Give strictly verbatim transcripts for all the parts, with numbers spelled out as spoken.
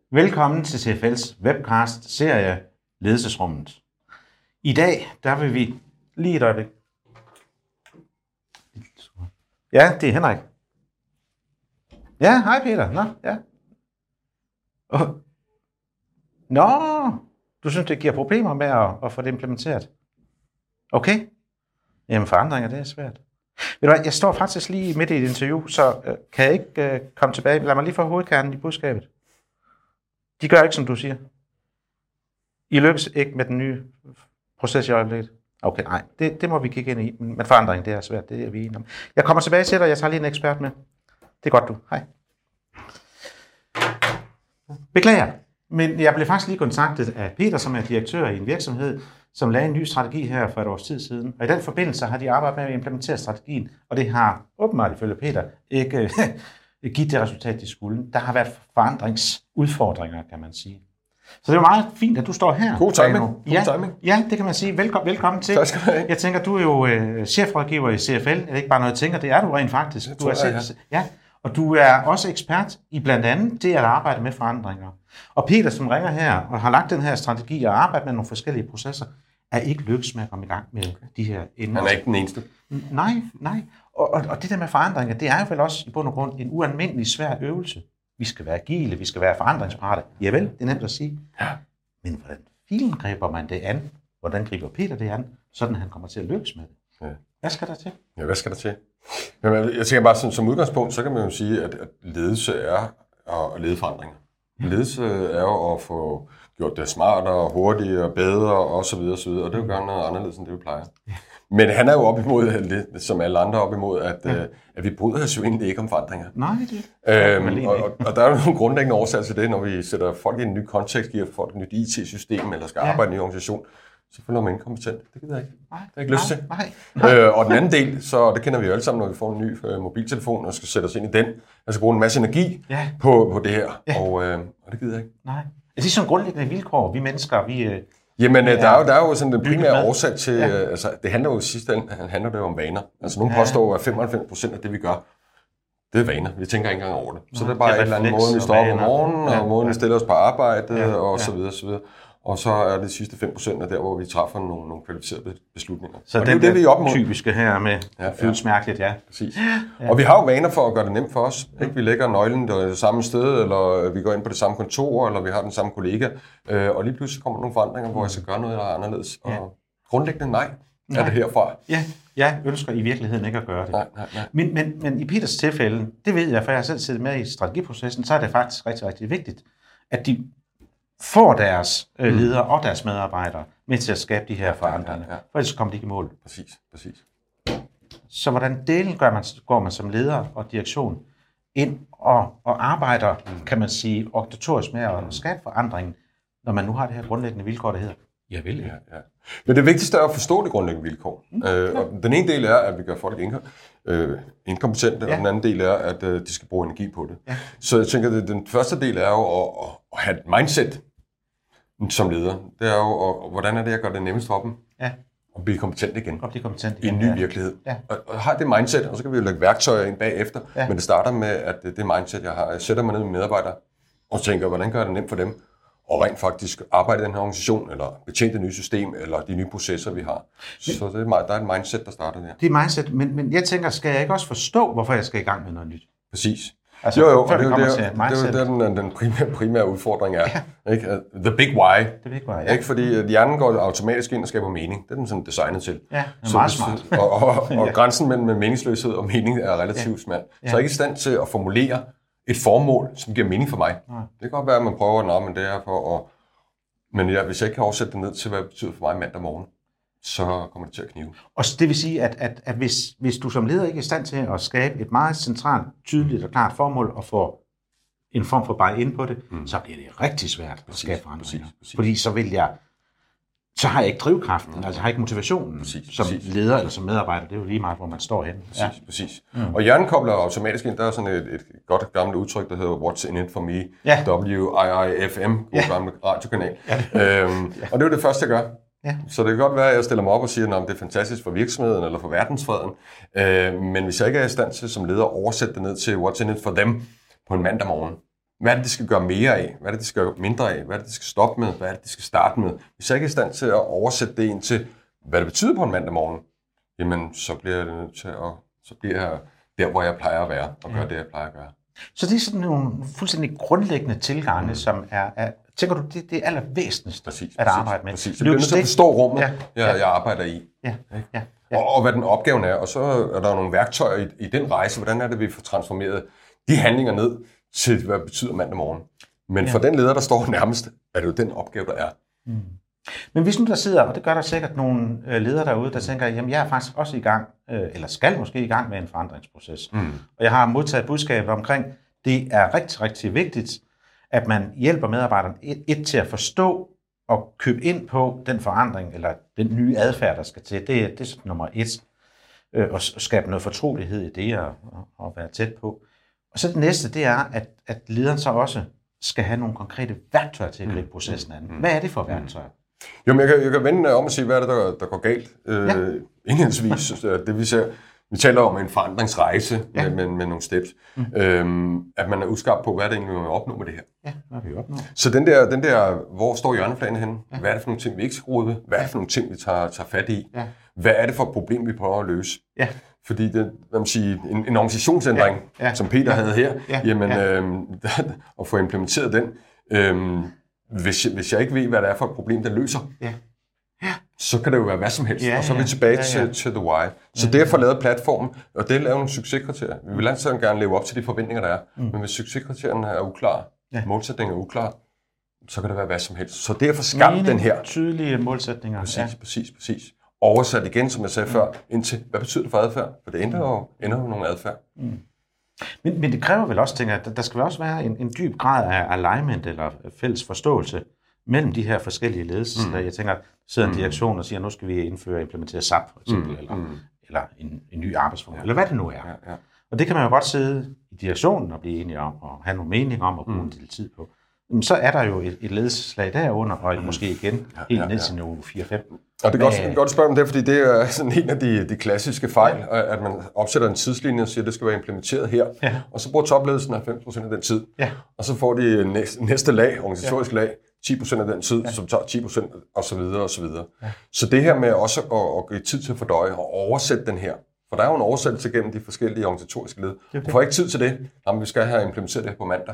Velkommen til C F L's webcast-serie Ledelsesrummet. I dag, der vil vi lige et øjeblik. Ja, det er Henrik. Ja, hej Peter. Nå, ja. Oh. Nå, du synes, det giver problemer med at, at få det implementeret? Okay. Jamen, forandringer, det er svært. Ved du hvad, jeg står faktisk lige midt i et interview, så øh, kan jeg ikke øh, komme tilbage. Lad mig lige få hovedkernen i budskabet. De gør ikke, som du siger. I lykkes ikke med den nye proces i øjeblikket. Okay, nej, det, det må vi kigge ind i. Men forandring, det er svært, det er vi enige om. Jeg kommer tilbage til dig, jeg tager lige en ekspert med. Det er godt, du. Hej. Beklager, men jeg blev faktisk lige kontaktet af Peter, som er direktør i en virksomhed, som lavede en ny strategi her for et års tid siden. Og i den forbindelse har de arbejdet med at implementere strategien, og det har åbenbart ifølge Peter ikke givet det resultat, de skulle. Der har været forandringsudfordringer, kan man sige. Så det er meget fint, at du står her. God timing. God ja, timing. Ja, det kan man sige. Velkommen, velkommen til. Tak skal du have. Jeg tænker, du er jo øh, chefrådgiver i C F L. Det er ikke bare noget, jeg tænker, det er du rent faktisk. Det du er tror jeg, selv, ja. Og du er også ekspert i blandt andet det at arbejde med forandringer. Og Peter, som ringer her og har lagt den her strategi og arbejdet med nogle forskellige processer, er ikke lykkes med at komme i gang med okay. de her emner. Han er ikke den eneste. Nej, nej. Og, og, og det der med forandringer, det er jo vel også i bund og grund en ualmindelig svær øvelse. Vi skal være agile, vi skal være forandringsparate. Javel, det er nemt at sige. Ja. Men hvordan filen griber man det an? Hvordan griber Peter det an? Sådan han kommer til at lykkes med det. Ja. Hvad skal der til? Ja, hvad skal der til? Jeg tænker bare, som, som udgangspunkt, så kan man jo sige, at, at ledelse er at lede forandringer. Ja. Ledelse er jo at få gjort det smartere, hurtigere, bedre osv. osv. Og det er jo gøre noget anderledes, end det vi plejer. Ja. Men han er jo op imod, som alle andre op imod, at, ja. øh, at vi bryder os jo egentlig ikke om forandringer. Nej, det øhm, og, og, og der er jo nogle grundlæggende årsager til det, når vi sætter folk i en ny kontekst, giver folk et nyt I T-system, eller skal ja. arbejde i en ny organisation. Så føler man inkompetent. Det gider jeg ikke. Nej, det har jeg ikke lyst til. Nej, nej. Øh, og den anden del, så det kender vi jo alle sammen, når vi får en ny øh, mobiltelefon og skal sætte os ind i den. Altså bruge en masse energi ja. på, på det her. Ja. Og, øh, og det gider jeg ikke. Nej. Er det sådan grundlæggende vilkår, vi mennesker, vi... Øh, Jamen, øh, der, er jo, der er jo sådan den primære årsag til... Ja. Øh, altså, det handler jo i sidste ende handler det jo om vaner. Altså, nogen ja. påstår, at femoghalvfems procent af det, vi gør, det er vaner. Vi tænker ikke engang over det. Så det er bare det er en eller anden måde, vi står op om morgenen, ja. og måden, vi stiller os på arbejde, ja. og så videre, så videre. Og så er det sidste fem procent af der, hvor vi træffer nogle, nogle kvalificerede beslutninger. Så det er det, vi er op mod. Typiske her med ja, føles ja. mærkeligt, ja. Præcis. Ja. Og vi har jo vaner for at gøre det nemt for os. Ikke? Vi lægger nøglen det samme sted, eller vi går ind på det samme kontor, eller vi har den samme kollega. Og lige pludselig kommer nogle forandringer, hvor jeg skal gøre noget, der er anderledes. Og ja. grundlæggende nej, nej, er det herfra. Ja, jeg ønsker i virkeligheden ikke at gøre det. Nej, nej, nej. Men, men, men i Peters tilfælde, det ved jeg, for jeg har selv siddet med i strategiprocessen, så er det faktisk rigtig, rigtig vigtigt, at de får deres øh, ledere og deres medarbejdere med til at skabe de her forandringer. Ja, ja. For ellers kommer de ikke i mål. Præcis, præcis. Så hvordan delen gør man, går man som leder og direktion ind og, og arbejder, mm. kan man sige, organisatorisk med at skabe forandringen, når man nu har det her grundlæggende vilkår, der hedder, jeg vil ikke. Ja, ja. Men det vigtigste er at forstå det grundlæggende vilkår. Mm. Øh, og den ene del er, at vi gør folk inkom- øh, inkompetente, ja. og den anden del er, at øh, de skal bruge energi på det. Ja. Så jeg tænker, at den første del er jo at, at have et mindset som leder. Det er jo, og, hvordan er det, jeg gør det nemmest for dem? Ja. At blive kompetent igen. At blive kompetent igen. I en ny ja. virkelighed. Ja. Og, og har det mindset, og så kan vi jo lægge værktøjer ind bagefter. Ja. Men det starter med, at det mindset, jeg har, jeg sætter mig ned med medarbejdere, og tænker, hvordan gør jeg det nemt for dem? Og rent faktisk arbejde i den her organisation, eller betjene det nye system, eller de nye processer, vi har. Så det er, der er et mindset, der starter der. Det er mindset, men, men jeg tænker, skal jeg ikke også forstå, hvorfor jeg skal i gang med noget nyt? Præcis. Altså, jo, jo, og det er jo det, det, den, den primære, primære udfordring er. Ja. Ikke? The big why. The big why, ja. Ikke? Fordi hjernen går automatisk ind og skaber mening. Det er den sådan designet til. Ja, det er meget så, smart. Og, og, og ja. grænsen mellem meningsløshed og mening er relativt ja. smal. Så jeg er ikke i stand til at formulere et formål, som giver mening for mig. Ja. Det kan godt være, at man prøver, nå, men det er for at... Men ja, hvis jeg ikke kan oversætte det ned til, hvad det betyder for mig mandag morgen, så kommer det til at knive. Og det vil sige, at, at, at hvis, hvis du som leder ikke er i stand til at skabe et meget centralt, tydeligt og klart formål og få en form for buy-in på det, mm. så bliver det rigtig svært præcis, at skabe forandringer. Præcis, præcis. Fordi så vil jeg, så har jeg ikke drivkraften, mm. altså har jeg ikke motivationen præcis, som præcis. leder eller som medarbejder. Det er jo lige meget, hvor man står henne. Præcis, ja. præcis. Mm. Og hjernen kobler automatisk ind. Der er sådan et, et godt gammelt udtryk, der hedder What's in it for me? Ja. W I I F M, god ja. gammel radiokanal. Ja. Øhm, ja. Og det er jo det første, jeg gør. Ja. Så det kan godt være, at jeg stiller mig op og siger, at det er fantastisk for virksomheden eller for verdensfreden. Øh, men hvis jeg ikke er i stand til som leder at oversætte det ned til what's in it for dem på en mandag morgen, Hvad er det, de skal gøre mere af? Hvad er det, de skal gøre mindre af? Hvad er det, de skal stoppe med? Hvad er det, de skal starte med? Hvis jeg ikke er i stand til at oversætte det ind til, hvad det betyder på en mandag morgen, jamen så bliver jeg nødt til at, så bliver jeg der, hvor jeg plejer at være, og gøre ja. det, jeg plejer at gøre. Så det er sådan nogle fuldstændig grundlæggende tilgange, mm. som er, er, tænker du, det, det er allervæsentligste præcis, at arbejde med? Præcis, så jeg bliver nødt til at forstå rummet, ja, ja. Jeg, jeg arbejder i. Ja, ja, ja. Og, og hvad den opgaven er, og så er der nogle værktøjer i, i den rejse, hvordan er det, vi får transformeret de handlinger ned til, hvad det betyder mandag morgen. Men ja. for den leder, der står nærmest, er det jo den opgave, der er. Mm. Men hvis nu der sidder, og det gør der sikkert nogle ledere derude, der tænker, jamen jeg er faktisk også i gang, eller skal måske i gang med en forandringsproces. Mm. Og jeg har modtaget budskabet omkring, det er rigtig, rigtig vigtigt, at man hjælper medarbejderne et, et til at forstå og købe ind på den forandring, eller den nye adfærd, der skal til. Det er, det er nummer et. Øh, og skabe noget fortrolighed i det, og, og være tæt på. Og så det næste, det er, at, at lederen så også skal have nogle konkrete værktøjer til at gribe processen an. Hvad er det for værktøjer? Jo, men jeg kan, jeg kan vende om og sige, hvad er det, der, der går galt. Øh, ja. Indledningsvis, det vi ser, vi taler om en forandringsrejse ja. med, med, med nogle steps. Mm. Øhm, at man er uskarp på, hvad er det egentlig, man vil opnå med det her. Ja, hvad vil vi opnå? Så den der, den der, hvor står hjørneplanen henne? Ja. Hvad er det for nogle ting, vi ikke skal rode ved? Hvad er det for nogle ting, vi tager, tager fat i? Ja. Hvad er det for et problem, vi prøver at løse? Ja. Fordi det, hvad man siger, en, en organisationsændring, ja. Ja. som Peter ja. havde her, ja. jamen, ja. øhm, at få implementeret den, øhm, hvis, jeg, hvis jeg ikke ved, hvad det er for et problem, der løser, ja. Ja. så kan det jo være hvad som helst. Ja, og så er vi tilbage ja, ja. til, til the why. Så ja. det at få lavet platformen, og det at lave nogle succeskriterier. Vi vil altid gerne leve op til de forventninger, der er. Mm. Men hvis succeskriterierne er uklare, ja. målsætningen er uklar, så kan det være hvad som helst. Så det at få skabt den her... tydelige målsætninger. Præcis, ja. præcis, præcis. Oversat igen, som jeg sagde mm. før, indtil, hvad betyder det for adfærd? For det ændrer jo, ændrer jo nogle adfærd. Mm. Men, men det kræver vel også, tænker jeg, der skal også være en, en dyb grad af alignment eller fælles forståelse mellem de her forskellige ledelser. Mm. Jeg tænker, sidder en direktion og siger, nu skal vi indføre og implementere S A P for eksempel, mm. eller, mm. eller en, en ny arbejdsform, ja. eller hvad det nu er. Ja, ja. Og det kan man jo godt sidde i direktionen og blive enige om, og have nogle meninger om, og bruge mm. en del tid på. Men så er der jo et, et ledelseslag derunder, og et, måske igen ja, helt ja, ned til niveau fire fem. Og det er godt, godt at spørge om det, fordi det er sådan en af de, de klassiske fejl, ja. at man opsætter en tidslinje og siger, at det skal være implementeret her, ja. og så bruger topledelsen halvfems procent af den tid, ja. og så får de næste, næste lag, organisatorisk ja. lag, ti procent af den tid, ja. som tager ti procent og så videre og så videre. Ja. Så det her med også at, at give tid til at fordøje og oversætte den her, for der er jo en oversættelse gennem de forskellige organisatoriske led. Du får ikke tid til det, jamen vi skal have implementeret det her på mandag.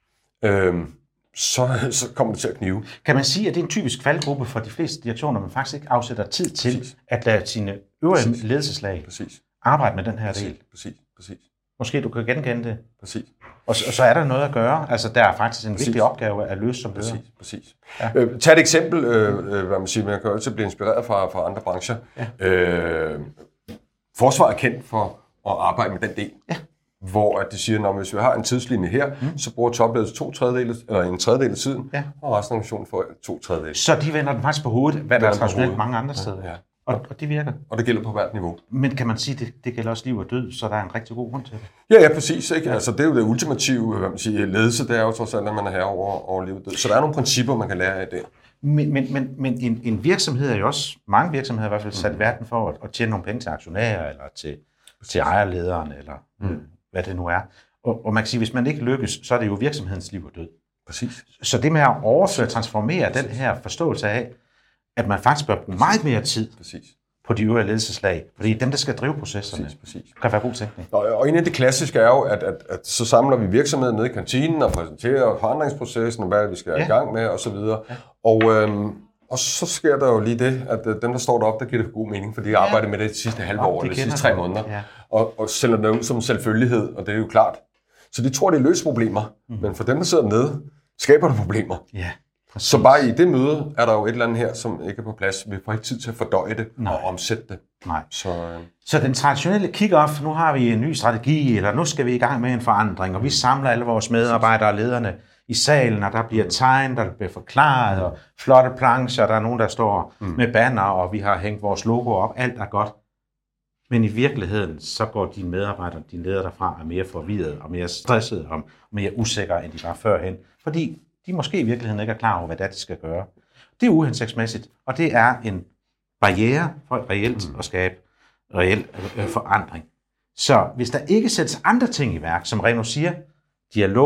Øhm, Så, så kommer det til at knive. Kan man sige, at det er en typisk faldgruppe for de fleste direktioner, man faktisk ikke afsætter tid til præcis. at lade sine øvrige præcis. ledelseslag præcis. arbejde med den her præcis. del? Præcis, præcis. Måske du kan genkende det? Præcis. Og så, og så er der noget at gøre. Altså, der er faktisk en præcis. vigtig opgave at løse som leder. Præcis, præcis. Ja. Øh, tag et eksempel, øh, hvad man siger, man kan jo altid blive inspireret fra, fra andre brancher. Ja. Øh, forsvaret er kendt for at arbejde med den del. Ja. Hvor at de siger, at hvis vi har en tidslinje her, mm. så bruger topledelsen to tredjedele, eller en tredjedel af tiden, ja. og resten af organisationen får to tredjedele. Så de vender den faktisk på hovedet, hvad der er traditionelt mange andre steder. Ja. Ja. Og, og det virker. Og det gælder på hvert niveau. Men kan man sige, at det, det gælder også liv og død, så der er en rigtig god grund til det? Ja, ja, præcis. Ikke? Ja. Altså, det er jo det ultimative hvad man siger, ledelse, det er jo trods alt, at man er herre over, over liv og død. Så der er nogle principper, man kan lære af det. Men, men, men, men en, en virksomhed er jo også, mange virksomheder i hvert fald sat mm. verden for at, at tjene nogle penge til aktionærer, eller til, til ejerlederen, eller mm. hvad det nu er. Og, og man kan sige, hvis man ikke lykkes, så er det jo virksomhedens liv og død. Præcis. Så det med at overføre, transformere Præcis. den her forståelse af, at man faktisk bør bruge meget mere tid Præcis. på de øvrige ledelseslag, fordi dem, der skal drive processerne, Præcis. Præcis. kan være god tænkning. Og, og en af de klassiske er jo, at, at, at så samler vi virksomheden nede i kantinen og præsenterer forandringsprocessen, og hvad vi skal ja. i gang med osv. Ja. Og, øhm, og så sker der jo lige det, at dem, der står deroppe, der giver det god mening, fordi de ja. arbejder med det de sidste halve år, eller de sidste tre måneder, ja. og, og sælger det ud som selvfølgelighed, og det er jo klart. Så de tror, det løser problemer, mm. men for dem, der sidder nede, skaber det problemer. Ja, så bare i det møde er der jo et eller andet her, som ikke er på plads. Vi får ikke tid til at fordøje det Nej. og omsætte det. Nej. Så, øh... så den traditionelle kick-off, nu har vi en ny strategi, eller nu skal vi i gang med en forandring, og vi samler alle vores medarbejdere og lederne i salen, og der bliver tegnet, der bliver forklaret, og flotte plancher, der er nogen, der står mm. med banner, og vi har hængt vores logo op, alt er godt. Men i virkeligheden, så går dine medarbejdere, dine ledere derfra, er mere forvirret og mere stresset og mere usikre, end de var førhen. Fordi de måske i virkeligheden ikke er klar over, hvad det er, de skal gøre. Det er uhensigtsmæssigt, og det er en barriere for reelt at skabe reel forandring. Så hvis der ikke sættes andre ting i værk, som Reno siger, dialog,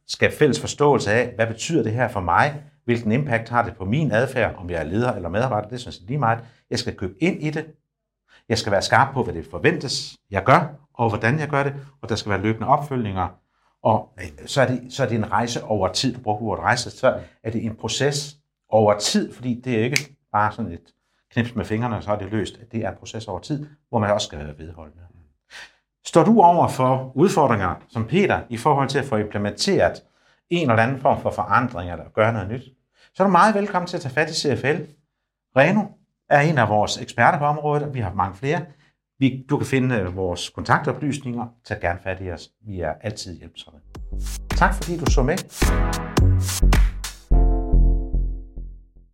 skabe fælles forståelse af, hvad betyder det her for mig, hvilken impact har det på min adfærd, om jeg er leder eller medarbejder, det synes jeg lige meget. Jeg skal købe ind i det. Jeg skal være skarp på, hvad det forventes, jeg gør, og hvordan jeg gør det, og der skal være løbende opfølgninger. Og så er det, så er det en rejse over tid. Du bruger ordet rejse, så er det en proces over tid, fordi det er ikke bare sådan et knips med fingrene, og så er det løst. Det er en proces over tid, hvor man også skal være vedholdende. Står du over for udfordringer som Peter i forhold til at få implementeret en eller anden form for forandring eller gøre noget nyt, så er du meget velkommen til at tage fat i C F L. Reno er en af vores eksperter på området, og vi har mange flere. Vi, du kan finde vores kontaktoplysninger. Tag gerne fat i os. Vi er altid hjælpsomme. Tak fordi du så med.